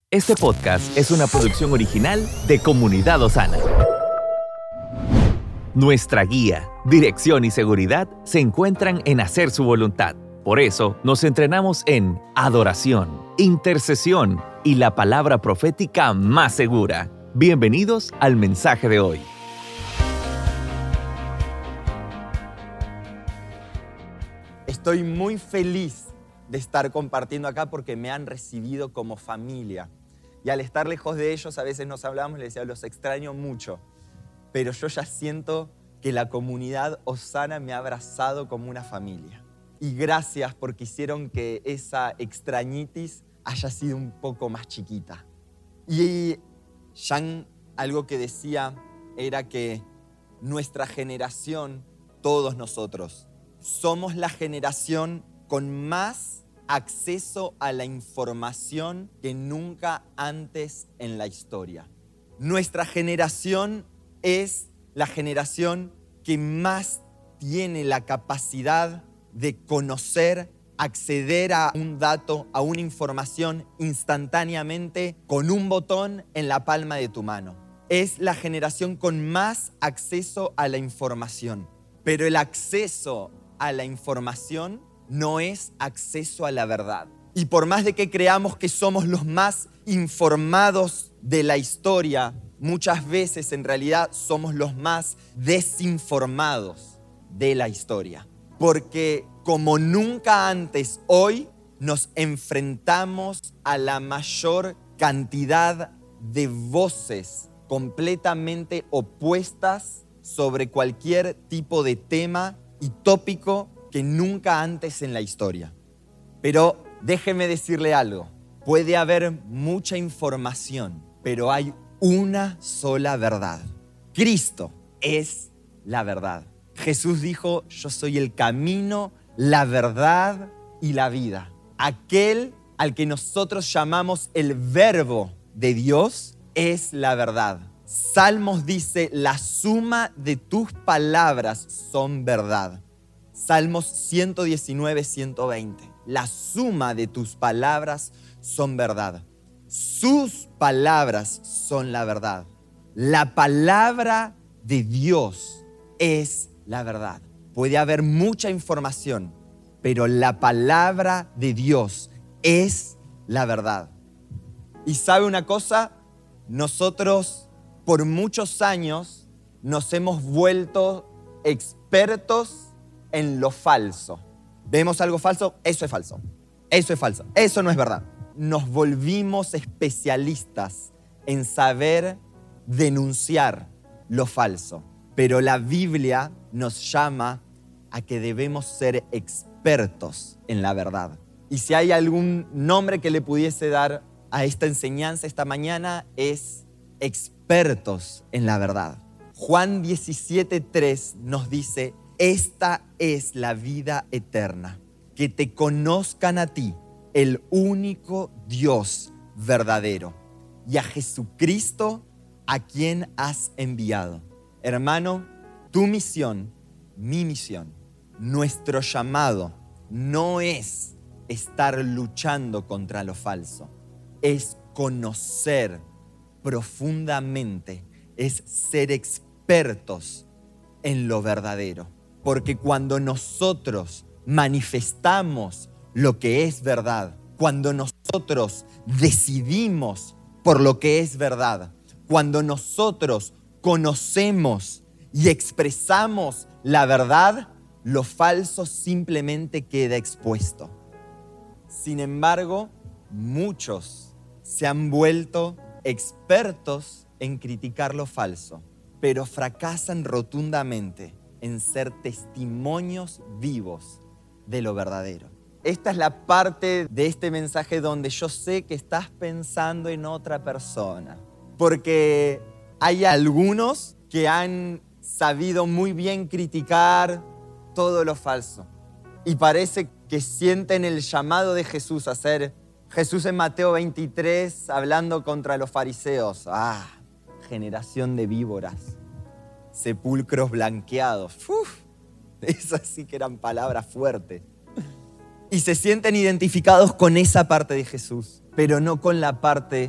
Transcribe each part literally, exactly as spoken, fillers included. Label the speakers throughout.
Speaker 1: Este podcast es una producción original de Comunidad Osana. Nuestra guía, dirección y seguridad se encuentran en hacer su voluntad. Por eso, nos entrenamos en adoración, intercesión y la palabra profética más segura. Bienvenidos al mensaje de hoy.
Speaker 2: Estoy muy feliz de estar compartiendo acá porque me han recibido como familia. Y al estar lejos de ellos, a veces nos hablamos y les decía, los extraño mucho. Pero yo ya siento que la comunidad Osana me ha abrazado como una familia. Y gracias porque hicieron que esa extrañitis haya sido un poco más chiquita. Y Jan, algo que decía era que nuestra generación, todos nosotros, somos la generación con más acceso a la información que nunca antes en la historia. Nuestra generación es la generación que más tiene la capacidad de conocer, acceder a un dato, a una información instantáneamente con un botón en la palma de tu mano. Es la generación con más acceso a la información. Pero el acceso a la información no es acceso a la verdad. Y por más de que creamos que somos los más informados de la historia, muchas veces en realidad somos los más desinformados de la historia. Porque como nunca antes, hoy nos enfrentamos a la mayor cantidad de voces completamente opuestas sobre cualquier tipo de tema y tópico que nunca antes en la historia. Pero déjeme decirle algo. Puede haber mucha información, pero hay una sola verdad. Cristo es la verdad. Jesús dijo, yo soy el camino, la verdad y la vida. Aquel al que nosotros llamamos el Verbo de Dios es la verdad. Salmos dice, la suma de tus palabras son verdad. Salmos ciento diecinueve, ciento veinte. La suma de tus palabras son verdad. Sus palabras son la verdad. La palabra de Dios es la verdad. Puede haber mucha información, pero la palabra de Dios es la verdad. Y ¿sabe una cosa? Nosotros por muchos años nos hemos vuelto expertos en lo falso. ¿Vemos algo falso? Eso es falso. Eso es falso. Eso no es verdad. Nos volvimos especialistas en saber denunciar lo falso. Pero la Biblia nos llama a que debemos ser expertos en la verdad. Y si hay algún nombre que le pudiese dar a esta enseñanza esta mañana es expertos en la verdad. Juan diecisiete, tres nos dice, esta es la vida eterna, que te conozcan a ti, el único Dios verdadero, y a Jesucristo, a quien has enviado. Hermano, tu misión, mi misión, nuestro llamado no es estar luchando contra lo falso, es conocer profundamente, es ser expertos en lo verdadero. Porque cuando nosotros manifestamos lo que es verdad, cuando nosotros decidimos por lo que es verdad, cuando nosotros conocemos y expresamos la verdad, lo falso simplemente queda expuesto. Sin embargo, muchos se han vuelto expertos en criticar lo falso, pero fracasan rotundamente en ser testimonios vivos de lo verdadero. Esta es la parte de este mensaje donde yo sé que estás pensando en otra persona, porque hay algunos que han sabido muy bien criticar todo lo falso y parece que sienten el llamado de Jesús a ser Jesús en Mateo veintitrés hablando contra los fariseos. Ah, generación de víboras. Sepulcros blanqueados. Uf, esas sí que eran palabras fuertes. Y se sienten identificados con esa parte de Jesús, pero no con la parte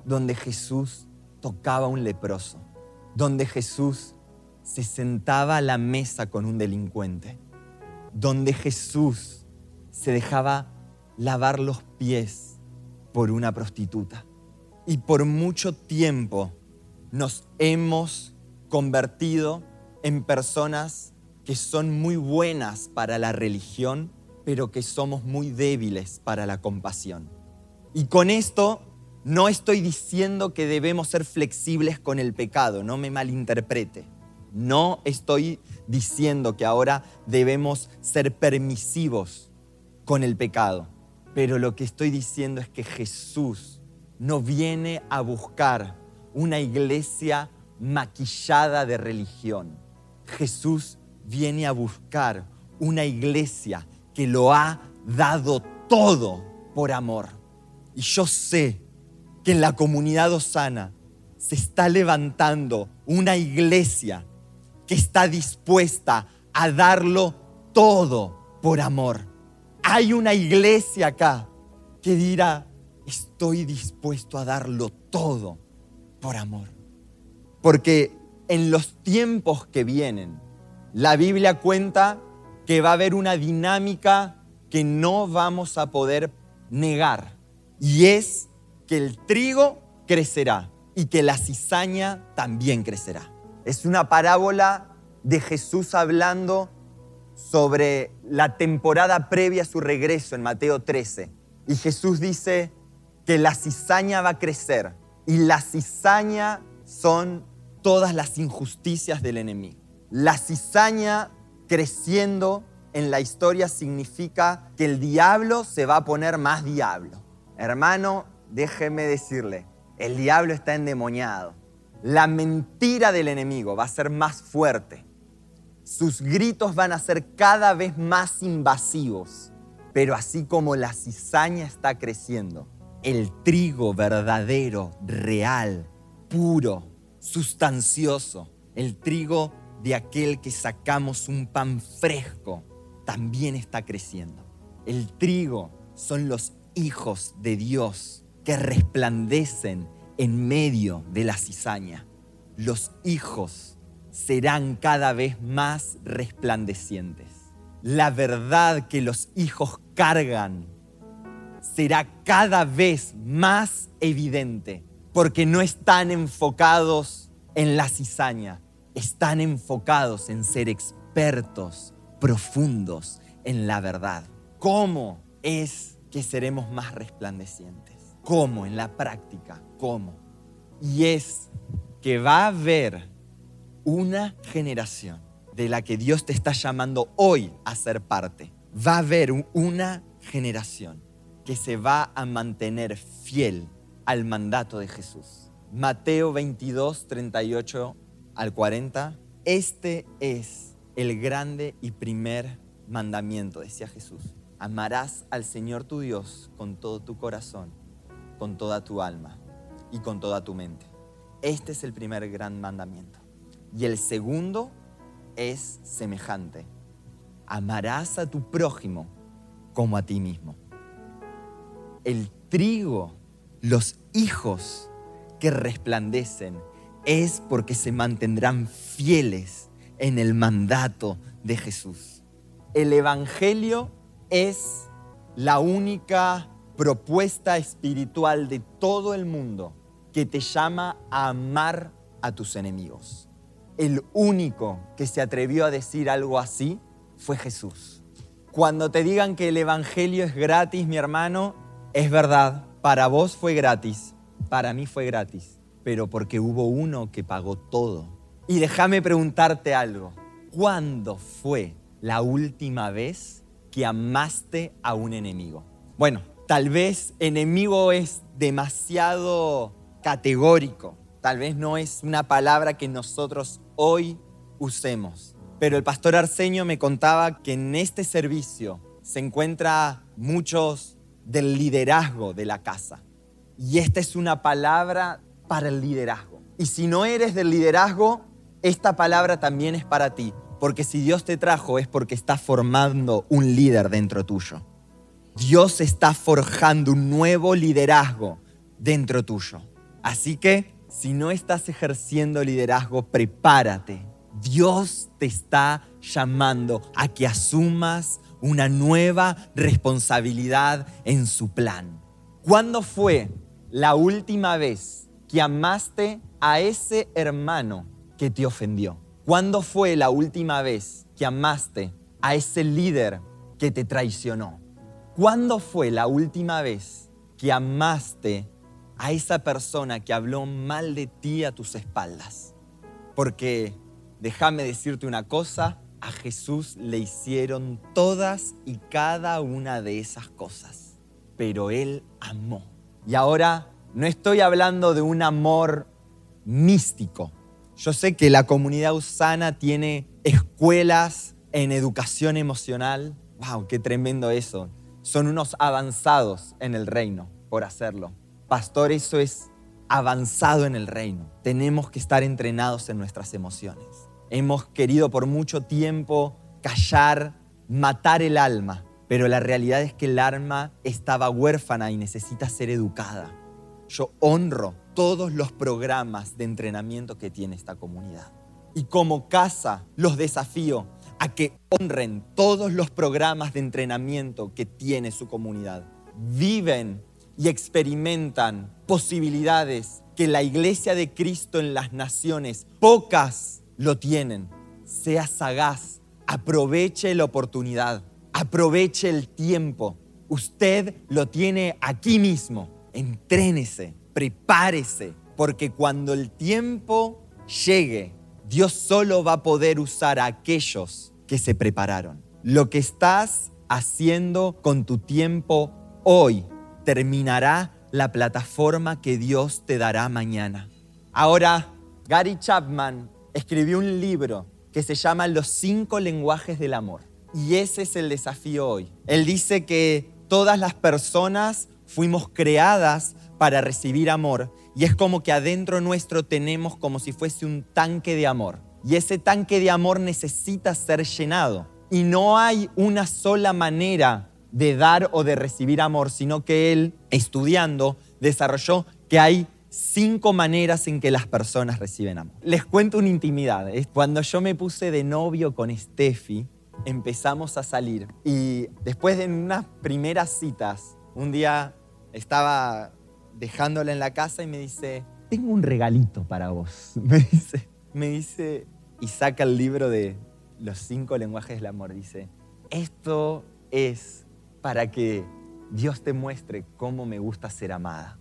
Speaker 2: donde Jesús tocaba a un leproso, donde Jesús se sentaba a la mesa con un delincuente, donde Jesús se dejaba lavar los pies por una prostituta. Y por mucho tiempo nos hemos convertido en personas que son muy buenas para la religión, pero que somos muy débiles para la compasión. Y con esto no estoy diciendo que debemos ser flexibles con el pecado, no me malinterprete. No estoy diciendo que ahora debemos ser permisivos con el pecado, pero lo que estoy diciendo es que Jesús no viene a buscar una iglesia maquillada de religión. Jesús viene a buscar una iglesia que lo ha dado todo por amor. Y yo sé que en la comunidad Osana se está levantando una iglesia que está dispuesta a darlo todo por amor. Hay una iglesia acá que dirá, estoy dispuesto a darlo todo por amor. Porque en los tiempos que vienen, la Biblia cuenta que va a haber una dinámica que no vamos a poder negar. Y es que el trigo crecerá y que la cizaña también crecerá. Es una parábola de Jesús hablando sobre la temporada previa a su regreso en Mateo trece. Y Jesús dice que la cizaña va a crecer. Y la cizaña son todas las injusticias del enemigo. La cizaña creciendo en la historia significa que el diablo se va a poner más diablo. Hermano, déjeme decirle, el diablo está endemoniado. La mentira del enemigo va a ser más fuerte. Sus gritos van a ser cada vez más invasivos. Pero así como la cizaña está creciendo, el trigo verdadero, real, puro, sustancioso, el trigo de aquel que sacamos un pan fresco, también está creciendo. El trigo son los hijos de Dios que resplandecen en medio de la cizaña. Los hijos serán cada vez más resplandecientes. La verdad que los hijos cargan será cada vez más evidente porque no están enfocados en la cizaña, están enfocados en ser expertos, profundos en la verdad. ¿Cómo es que seremos más resplandecientes? ¿Cómo? En la práctica, ¿cómo? Y es que va a haber una generación de la que Dios te está llamando hoy a ser parte. Va a haber una generación que se va a mantener fiel al mandato de Jesús. Mateo veintidós, treinta y ocho al cuarenta. Este es el grande y primer mandamiento, decía Jesús. Amarás al Señor tu Dios con todo tu corazón, con toda tu alma y con toda tu mente. Este es el primer gran mandamiento. Y el segundo es semejante. Amarás a tu prójimo como a ti mismo. El trigo, los hijos que resplandecen, es porque se mantendrán fieles en el mandato de Jesús. El Evangelio es la única propuesta espiritual de todo el mundo que te llama a amar a tus enemigos. El único que se atrevió a decir algo así fue Jesús. Cuando te digan que el Evangelio es gratis, mi hermano, es verdad. Para vos fue gratis, para mí fue gratis, pero porque hubo uno que pagó todo. Y déjame preguntarte algo. ¿Cuándo fue la última vez que amaste a un enemigo? Bueno, tal vez enemigo es demasiado categórico. Tal vez no es una palabra que nosotros hoy usemos. Pero el pastor Arsenio me contaba que en este servicio se encuentra muchos del liderazgo de la casa. Y esta es una palabra para el liderazgo. Y si no eres del liderazgo, esta palabra también es para ti. Porque si Dios te trajo es porque está formando un líder dentro tuyo. Dios está forjando un nuevo liderazgo dentro tuyo. Así que, si no estás ejerciendo liderazgo, prepárate. Dios te está llamando a que asumas una nueva responsabilidad en su plan. ¿Cuándo fue la última vez que amaste a ese hermano que te ofendió? ¿Cuándo fue la última vez que amaste a ese líder que te traicionó? ¿Cuándo fue la última vez que amaste a esa persona que habló mal de ti a tus espaldas? Porque déjame decirte una cosa, a Jesús le hicieron todas y cada una de esas cosas, pero Él amó. Y ahora no estoy hablando de un amor místico. Yo sé que la comunidad Usana tiene escuelas en educación emocional. ¡Wow! ¡Qué tremendo eso! Son unos avanzados en el reino por hacerlo. Pastor, eso es avanzado en el reino. Tenemos que estar entrenados en nuestras emociones. Hemos querido por mucho tiempo callar, matar el alma, pero la realidad es que el alma estaba huérfana y necesita ser educada. Yo honro todos los programas de entrenamiento que tiene esta comunidad. Y como casa los desafío a que honren todos los programas de entrenamiento que tiene su comunidad. Viven y experimentan posibilidades que la Iglesia de Cristo en las naciones, pocas lo tienen. Sea sagaz, aproveche la oportunidad, aproveche el tiempo. Usted lo tiene aquí mismo. Entrénese, prepárese, porque cuando el tiempo llegue, Dios solo va a poder usar a aquellos que se prepararon. Lo que estás haciendo con tu tiempo hoy terminará la plataforma que Dios te dará mañana. Ahora, Gary Chapman escribió un libro que se llama Los cinco lenguajes del amor. Y ese es el desafío hoy. Él dice que todas las personas fuimos creadas para recibir amor y es como que adentro nuestro tenemos como si fuese un tanque de amor. Y ese tanque de amor necesita ser llenado. Y no hay una sola manera de dar o de recibir amor, sino que él, estudiando, desarrolló que hay cinco maneras en que las personas reciben amor. Les cuento una intimidad. Cuando yo me puse de novio con Steffi, empezamos a salir. Y después de unas primeras citas, un día estaba dejándola en la casa y me dice, tengo un regalito para vos. Me dice, me dice, y saca el libro de los cinco lenguajes del amor. Dice, esto es para que Dios te muestre cómo me gusta ser amada.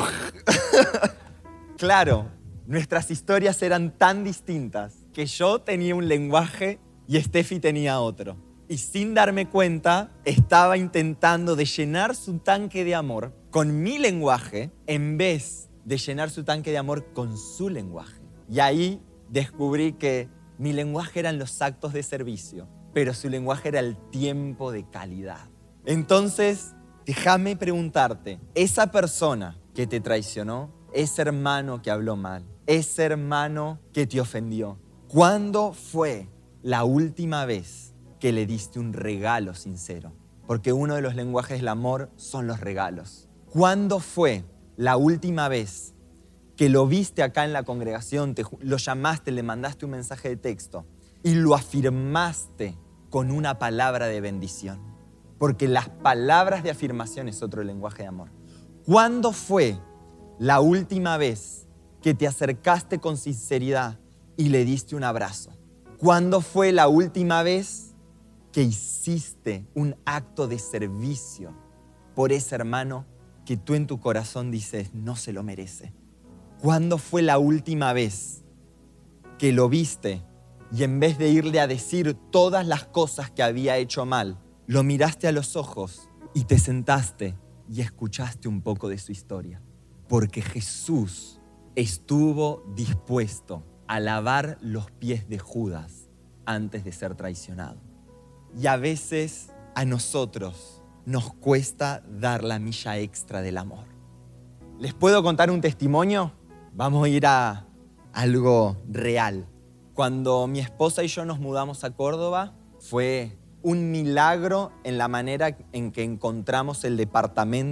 Speaker 2: Claro, nuestras historias eran tan distintas que yo tenía un lenguaje y Steffi tenía otro. Y sin darme cuenta, estaba intentando de llenar su tanque de amor con mi lenguaje en vez de llenar su tanque de amor con su lenguaje. Y ahí descubrí que mi lenguaje eran los actos de servicio, pero su lenguaje era el tiempo de calidad. Entonces, déjame preguntarte, esa persona que te traicionó, ese hermano que habló mal, ese hermano que te ofendió, ¿cuándo fue la última vez que le diste un regalo sincero? Porque uno de los lenguajes del amor son los regalos. ¿Cuándo fue la última vez que lo viste acá en la congregación, te, lo llamaste, le mandaste un mensaje de texto y lo afirmaste con una palabra de bendición? Porque las palabras de afirmación es otro lenguaje de amor. ¿Cuándo fue la última vez que te acercaste con sinceridad y le diste un abrazo? ¿Cuándo fue la última vez que hiciste un acto de servicio por ese hermano que tú en tu corazón dices no se lo merece? ¿Cuándo fue la última vez que lo viste y en vez de irle a decir todas las cosas que había hecho mal, lo miraste a los ojos y te sentaste y escuchaste un poco de su historia? Porque Jesús estuvo dispuesto a lavar los pies de Judas antes de ser traicionado. Y a veces a nosotros nos cuesta dar la milla extra del amor. ¿Les puedo contar un testimonio? Vamos a ir a algo real. Cuando mi esposa y yo nos mudamos a Córdoba, fue un milagro en la manera en que encontramos el departamento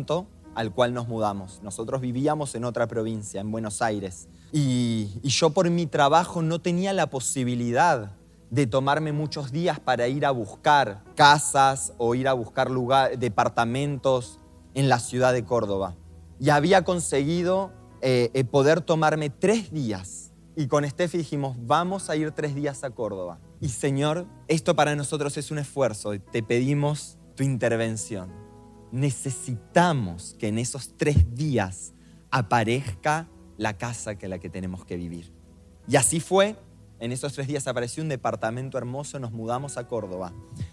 Speaker 2: al cual nos mudamos. Nosotros vivíamos en otra provincia, en Buenos Aires. Y, y yo por mi trabajo no tenía la posibilidad de tomarme muchos días para ir a buscar casas o ir a buscar lugar, departamentos en la ciudad de Córdoba. Y había conseguido eh, eh, poder tomarme tres días. Y con Steffi dijimos, vamos a ir tres días a Córdoba. Y Señor, esto para nosotros es un esfuerzo. Te pedimos tu intervención. Necesitamos que en esos tres días aparezca la casa que la que tenemos que vivir. Y así fue. En esos tres días apareció un departamento hermoso, nos mudamos a Córdoba.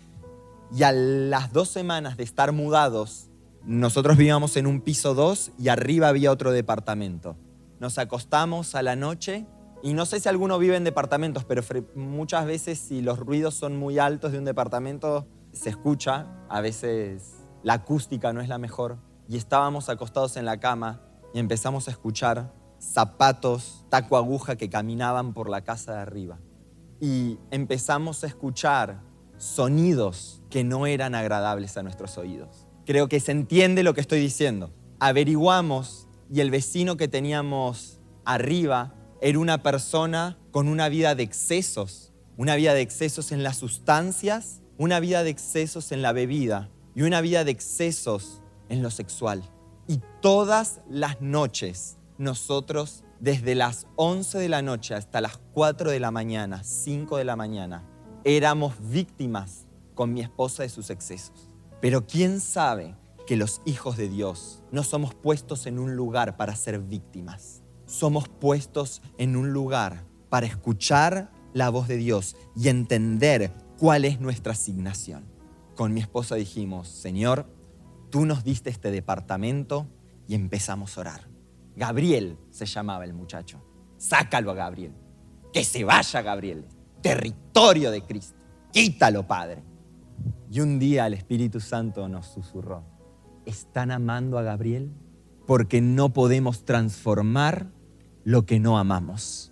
Speaker 2: Y a las dos semanas de estar mudados, nosotros vivíamos en un piso dos y arriba había otro departamento. Nos acostamos a la noche y no sé si alguno vive en departamentos, pero muchas veces si los ruidos son muy altos de un departamento, se escucha. A veces la acústica no es la mejor. Y estábamos acostados en la cama y empezamos a escuchar zapatos, taco aguja que caminaban por la casa de arriba. Y empezamos a escuchar sonidos que no eran agradables a nuestros oídos. Creo que se entiende lo que estoy diciendo. Averiguamos y el vecino que teníamos arriba era una persona con una vida de excesos, una vida de excesos en las sustancias, una vida de excesos en la bebida y una vida de excesos en lo sexual. Y todas las noches nosotros, desde las once de la noche hasta las cuatro de la mañana, cinco de la mañana, éramos víctimas con mi esposa de sus excesos. Pero ¿quién sabe que los hijos de Dios no somos puestos en un lugar para ser víctimas? Somos puestos en un lugar para escuchar la voz de Dios y entender cuál es nuestra asignación. Con mi esposa dijimos, Señor, tú nos diste este departamento y empezamos a orar. Gabriel se llamaba el muchacho. Sácalo a Gabriel. Que se vaya Gabriel. Territorio de Cristo. Quítalo, Padre. Y un día el Espíritu Santo nos susurró. ¿Están amando a Gabriel? Porque no podemos transformar lo que no amamos.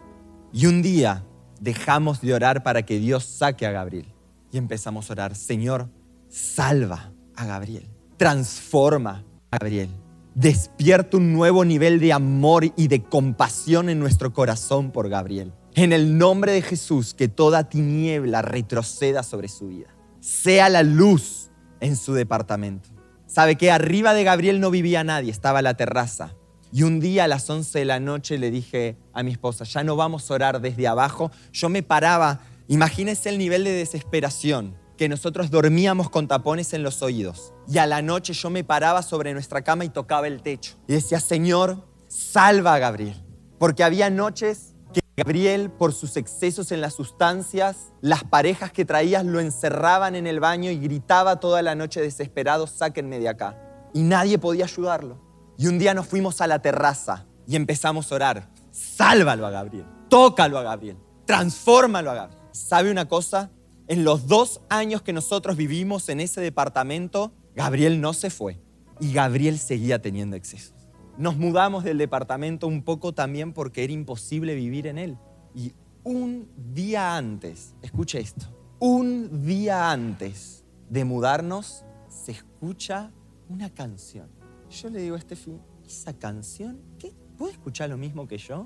Speaker 2: Y un día dejamos de orar para que Dios saque a Gabriel. Y empezamos a orar. Señor, salva a Gabriel. Transforma a Gabriel. Despierta un nuevo nivel de amor y de compasión en nuestro corazón por Gabriel. En el nombre de Jesús, que toda tiniebla retroceda sobre su vida. Sea la luz en su departamento. ¿Sabe qué? Arriba de Gabriel no vivía nadie, estaba la terraza. Y un día a las once de la noche le dije a mi esposa, ya no vamos a orar desde abajo. Yo me paraba, imagínense el nivel de desesperación, que nosotros dormíamos con tapones en los oídos. Y a la noche yo me paraba sobre nuestra cama y tocaba el techo. Y decía, Señor, salva a Gabriel. Porque había noches que Gabriel, por sus excesos en las sustancias, las parejas que traía lo encerraban en el baño y gritaba toda la noche desesperado, sáquenme de acá. Y nadie podía ayudarlo. Y un día nos fuimos a la terraza y empezamos a orar. Sálvalo a Gabriel, tócalo a Gabriel, transfórmalo a Gabriel. ¿Sabe una cosa? En los dos años que nosotros vivimos en ese departamento, Gabriel no se fue y Gabriel seguía teniendo excesos. Nos mudamos del departamento un poco también porque era imposible vivir en él. Y un día antes, escuche esto, un día antes de mudarnos, se escucha una canción. Yo le digo a Steffi, ¿esa canción? ¿Qué? ¿Puede escuchar lo mismo que yo?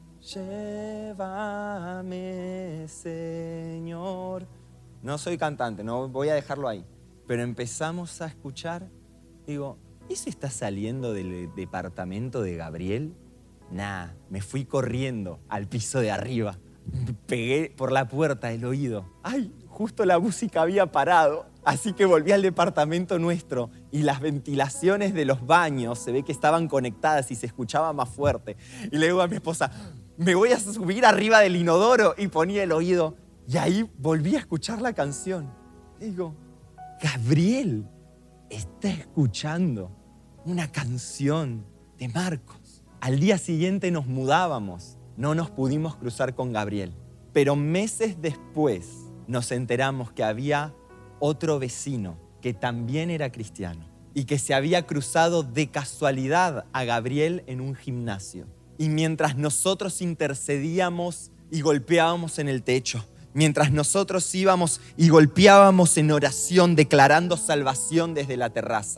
Speaker 2: Llévame, Señor. No soy cantante, no voy a dejarlo ahí. Pero empezamos a escuchar, digo, ¿ese está saliendo del departamento de Gabriel? Nah, me fui corriendo al piso de arriba. Me pegué por la puerta el oído. ¡Ay! Justo la música había parado. Así que volví al departamento nuestro y las ventilaciones de los baños se ve que estaban conectadas y se escuchaba más fuerte. Y le digo a mi esposa, me voy a subir arriba del inodoro y ponía el oído. Y ahí volví a escuchar la canción. Le digo, Gabriel está escuchando una canción de Marcos. Al día siguiente nos mudábamos. No nos pudimos cruzar con Gabriel. Pero meses después nos enteramos que había otro vecino que también era cristiano y que se había cruzado de casualidad a Gabriel en un gimnasio. Y mientras nosotros intercedíamos y golpeábamos en el techo, mientras nosotros íbamos y golpeábamos en oración declarando salvación desde la terraza,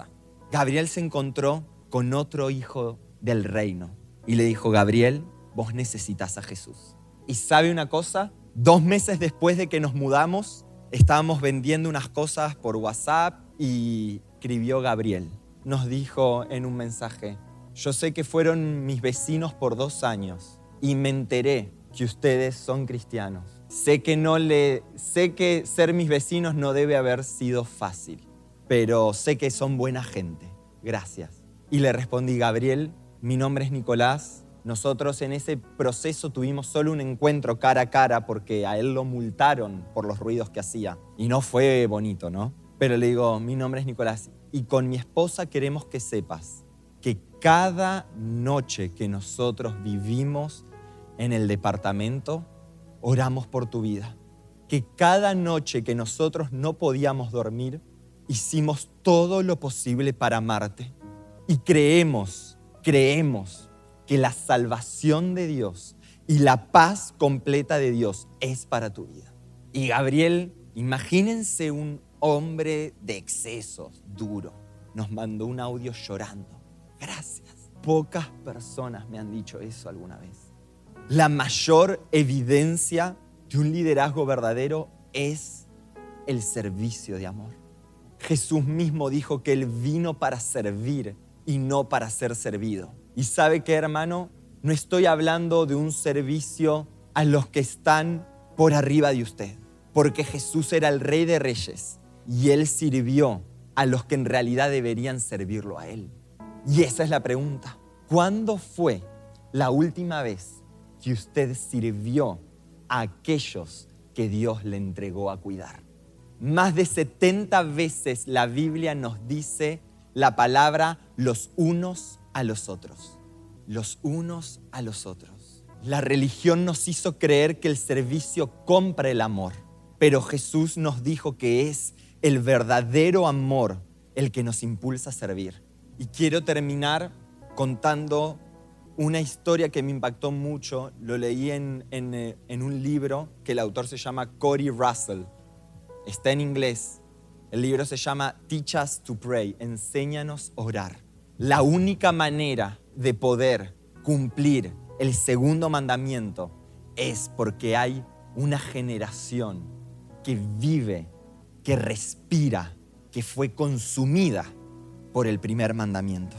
Speaker 2: Gabriel se encontró con otro hijo del reino y le dijo: Gabriel, vos necesitas a Jesús. ¿Y sabe una cosa? Dos meses después de que nos mudamos, estábamos vendiendo unas cosas por WhatsApp y escribió Gabriel. Nos dijo en un mensaje: yo sé que fueron mis vecinos por dos años y me enteré que ustedes son cristianos. Sé que, no le, sé que ser mis vecinos no debe haber sido fácil, pero sé que son buena gente. Gracias. Y le respondí: Gabriel, mi nombre es Nicolás. Nosotros en ese proceso tuvimos solo un encuentro cara a cara porque a él lo multaron por los ruidos que hacía. Y no fue bonito, ¿no? Pero le digo: mi nombre es Nicolás y con mi esposa queremos que sepas que cada noche que nosotros vivimos en el departamento, oramos por tu vida. Que cada noche que nosotros no podíamos dormir, hicimos todo lo posible para amarte. Y creemos, creemos que la salvación de Dios y la paz completa de Dios es para tu vida. Y Gabriel, imagínense un hombre de excesos, duro, nos mandó un audio llorando. Gracias. Pocas personas me han dicho eso alguna vez. La mayor evidencia de un liderazgo verdadero es el servicio de amor. Jesús mismo dijo que Él vino para servir y no para ser servido. ¿Y sabe qué, hermano? No estoy hablando de un servicio a los que están por arriba de usted, porque Jesús era el Rey de Reyes y Él sirvió a los que en realidad deberían servirlo a Él. Y esa es la pregunta. ¿Cuándo fue la última vez que usted sirvió a aquellos que Dios le entregó a cuidar? Más de setenta veces la Biblia nos dice la palabra los unos a los otros. Los unos a los otros. La religión nos hizo creer que el servicio compra el amor, pero Jesús nos dijo que es el verdadero amor el que nos impulsa a servir. Y quiero terminar contando una historia que me impactó mucho. Lo leí en, en, en un libro que el autor se llama Cody Russell. Está en inglés. El libro se llama Teach Us to Pray, Enséñanos a orar. La única manera de poder cumplir el segundo mandamiento es porque hay una generación que vive, que respira, que fue consumida por el primer mandamiento.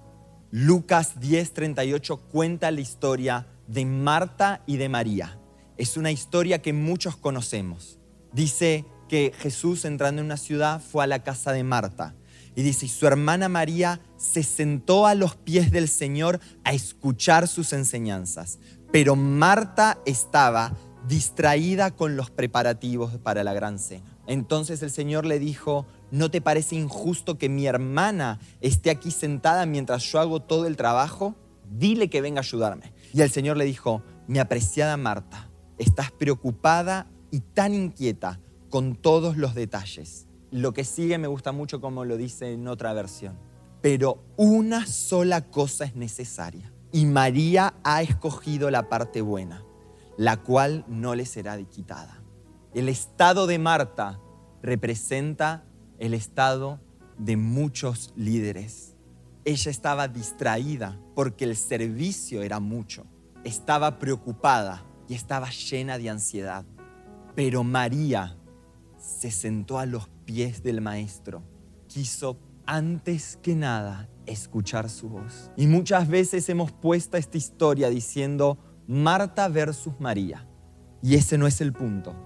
Speaker 2: Lucas diez treinta y ocho cuenta la historia de Marta y de María. Es una historia que muchos conocemos. Dice que Jesús, entrando en una ciudad, fue a la casa de Marta. Y dice, y su hermana María se sentó a los pies del Señor a escuchar sus enseñanzas. Pero Marta estaba distraída con los preparativos para la gran cena. Entonces el Señor le dijo, ¿no te parece injusto que mi hermana esté aquí sentada mientras yo hago todo el trabajo? Dile que venga a ayudarme. Y el Señor le dijo, mi apreciada Marta, estás preocupada y tan inquieta con todos los detalles. Lo que sigue me gusta mucho como lo dice en otra versión. Pero una sola cosa es necesaria. Y María ha escogido la parte buena, la cual no le será quitada. El estado de Marta representa el estado de muchos líderes. Ella estaba distraída porque el servicio era mucho. Estaba preocupada y estaba llena de ansiedad. Pero María se sentó a los pies del Maestro. Quiso, antes que nada, escuchar su voz. Y muchas veces hemos puesto esta historia diciendo Marta versus María. Y ese no es el punto.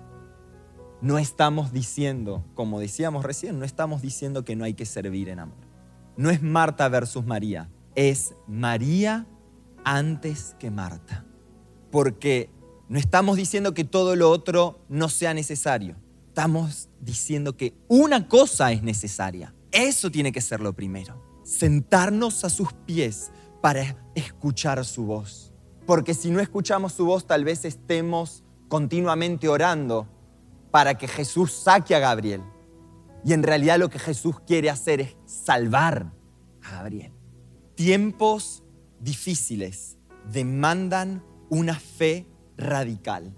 Speaker 2: No estamos diciendo, como decíamos recién, no estamos diciendo que no hay que servir en amor. No es Marta versus María, es María antes que Marta. Porque no estamos diciendo que todo lo otro no sea necesario. Estamos diciendo que una cosa es necesaria. Eso tiene que ser lo primero. Sentarnos a sus pies para escuchar su voz. Porque si no escuchamos su voz, tal vez estemos continuamente orando para que Jesús saque a Gabriel. Y en realidad lo que Jesús quiere hacer es salvar a Gabriel. Tiempos difíciles demandan una fe radical.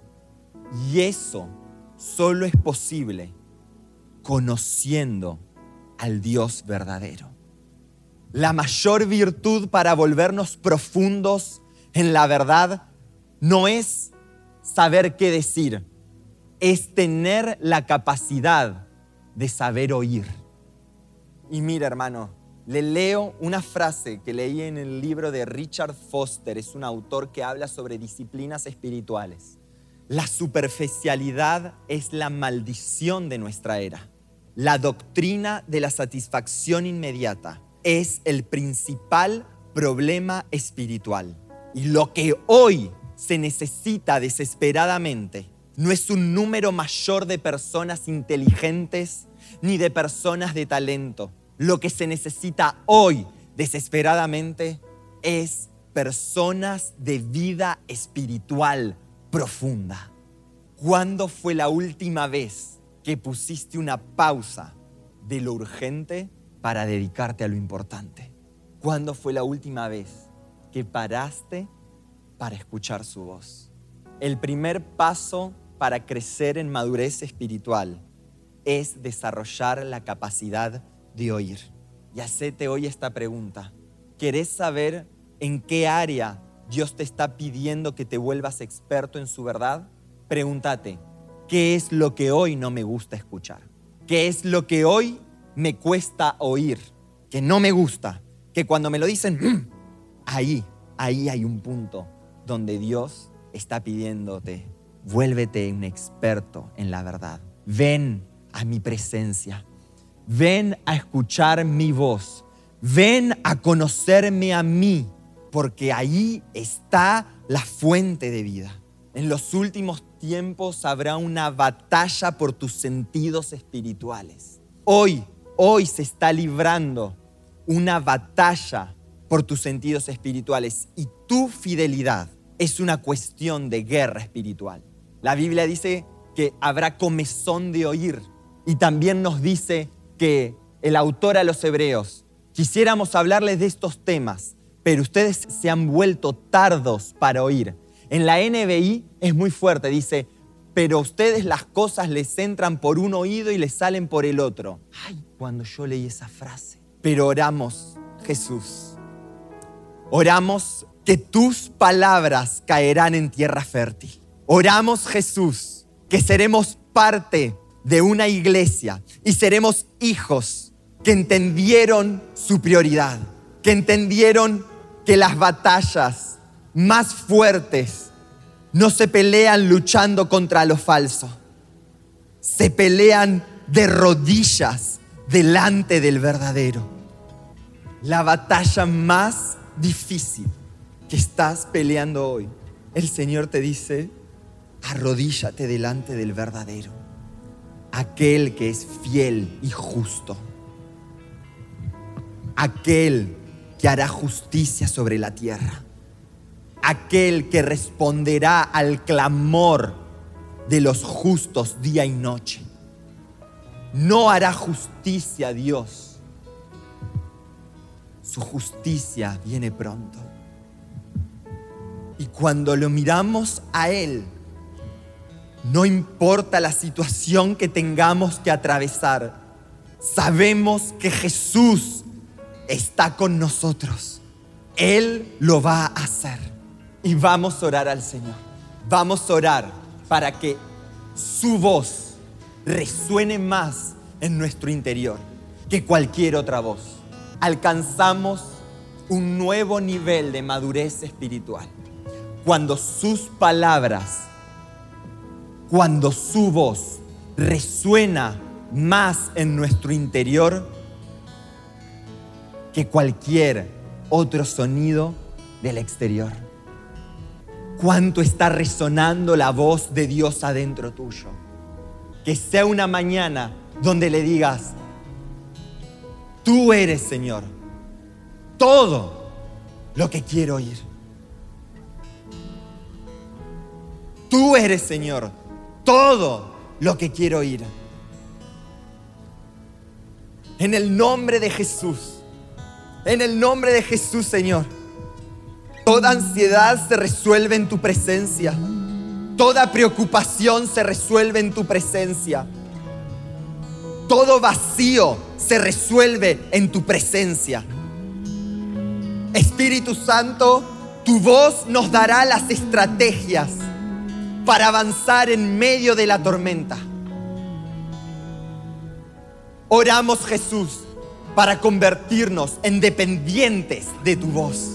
Speaker 2: Y eso solo es posible conociendo al Dios verdadero. La mayor virtud para volvernos profundos en la verdad no es saber qué decir, es tener la capacidad de saber oír. Y mira, hermano, le leo una frase que leí en el libro de Richard Foster. Es un autor que habla sobre disciplinas espirituales. La superficialidad es la maldición de nuestra era. La doctrina de la satisfacción inmediata es el principal problema espiritual. Y lo que hoy se necesita desesperadamente no es un número mayor de personas inteligentes ni de personas de talento. Lo que se necesita hoy desesperadamente es personas de vida espiritual profunda. ¿Cuándo fue la última vez que pusiste una pausa de lo urgente para dedicarte a lo importante? ¿Cuándo fue la última vez que paraste para escuchar su voz? El primer paso para crecer en madurez espiritual es desarrollar la capacidad de oír. Y hacete hoy esta pregunta. ¿Querés saber en qué área Dios te está pidiendo que te vuelvas experto en su verdad? Pregúntate, ¿qué es lo que hoy no me gusta escuchar? ¿Qué es lo que hoy me cuesta oír? Que no me gusta, que cuando me lo dicen, ahí, ahí hay un punto donde Dios está pidiéndote, vuélvete un experto en la verdad. Ven a mi presencia. Ven a escuchar mi voz. Ven a conocerme a mí, porque ahí está la fuente de vida. En los últimos tiempos habrá una batalla por tus sentidos espirituales. Hoy, hoy se está librando una batalla por tus sentidos espirituales y tu fidelidad es una cuestión de guerra espiritual. La Biblia dice que habrá comezón de oír y también nos dice que el autor a los Hebreos, quisiéramos hablarles de estos temas, pero ustedes se han vuelto tardos para oír. En la N B I es muy fuerte, dice, pero a ustedes las cosas les entran por un oído y les salen por el otro. Ay, cuando yo leí esa frase. Pero oramos, Jesús, oramos que tus palabras caerán en tierra fértil. Oramos, Jesús, que seremos parte de una iglesia y seremos hijos que entendieron su prioridad, que entendieron que las batallas más fuertes no se pelean luchando contra lo falso, se pelean de rodillas delante del verdadero. La batalla más difícil que estás peleando hoy, el Señor te dice, arrodíllate delante del verdadero, aquel que es fiel y justo, aquel que hará justicia sobre la tierra, aquel que responderá al clamor de los justos día y noche. No hará justicia Dios. Su justicia viene pronto. Y cuando lo miramos a Él, no importa la situación que tengamos que atravesar, sabemos que Jesús está con nosotros. Él lo va a hacer. Y vamos a orar al Señor. Vamos a orar para que su voz resuene más en nuestro interior que cualquier otra voz. Alcanzamos un nuevo nivel de madurez espiritual cuando sus palabras, cuando su voz resuena más en nuestro interior que cualquier otro sonido del exterior. ¿Cuánto está resonando la voz de Dios adentro tuyo? Que sea una mañana donde le digas, tú eres, Señor, todo lo que quiero oír. Tú eres, Señor, todo lo que quiero oír. En el nombre de Jesús, en el nombre de Jesús, Señor, toda ansiedad se resuelve en tu presencia. Toda preocupación se resuelve en tu presencia. Todo vacío se resuelve en tu presencia. Espíritu Santo, tu voz nos dará las estrategias para avanzar en medio de la tormenta. Oramos, Jesús, para convertirnos en dependientes de tu voz.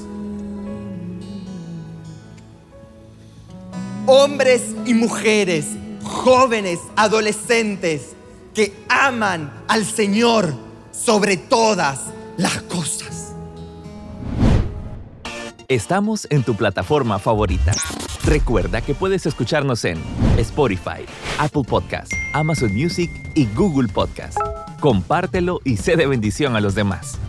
Speaker 2: Hombres y mujeres, jóvenes, adolescentes, que aman al Señor sobre todas las cosas.
Speaker 1: Estamos en tu plataforma favorita. Recuerda que puedes escucharnos en Spotify, Apple Podcasts, Amazon Music y Google Podcasts. Compártelo y sé de bendición a los demás.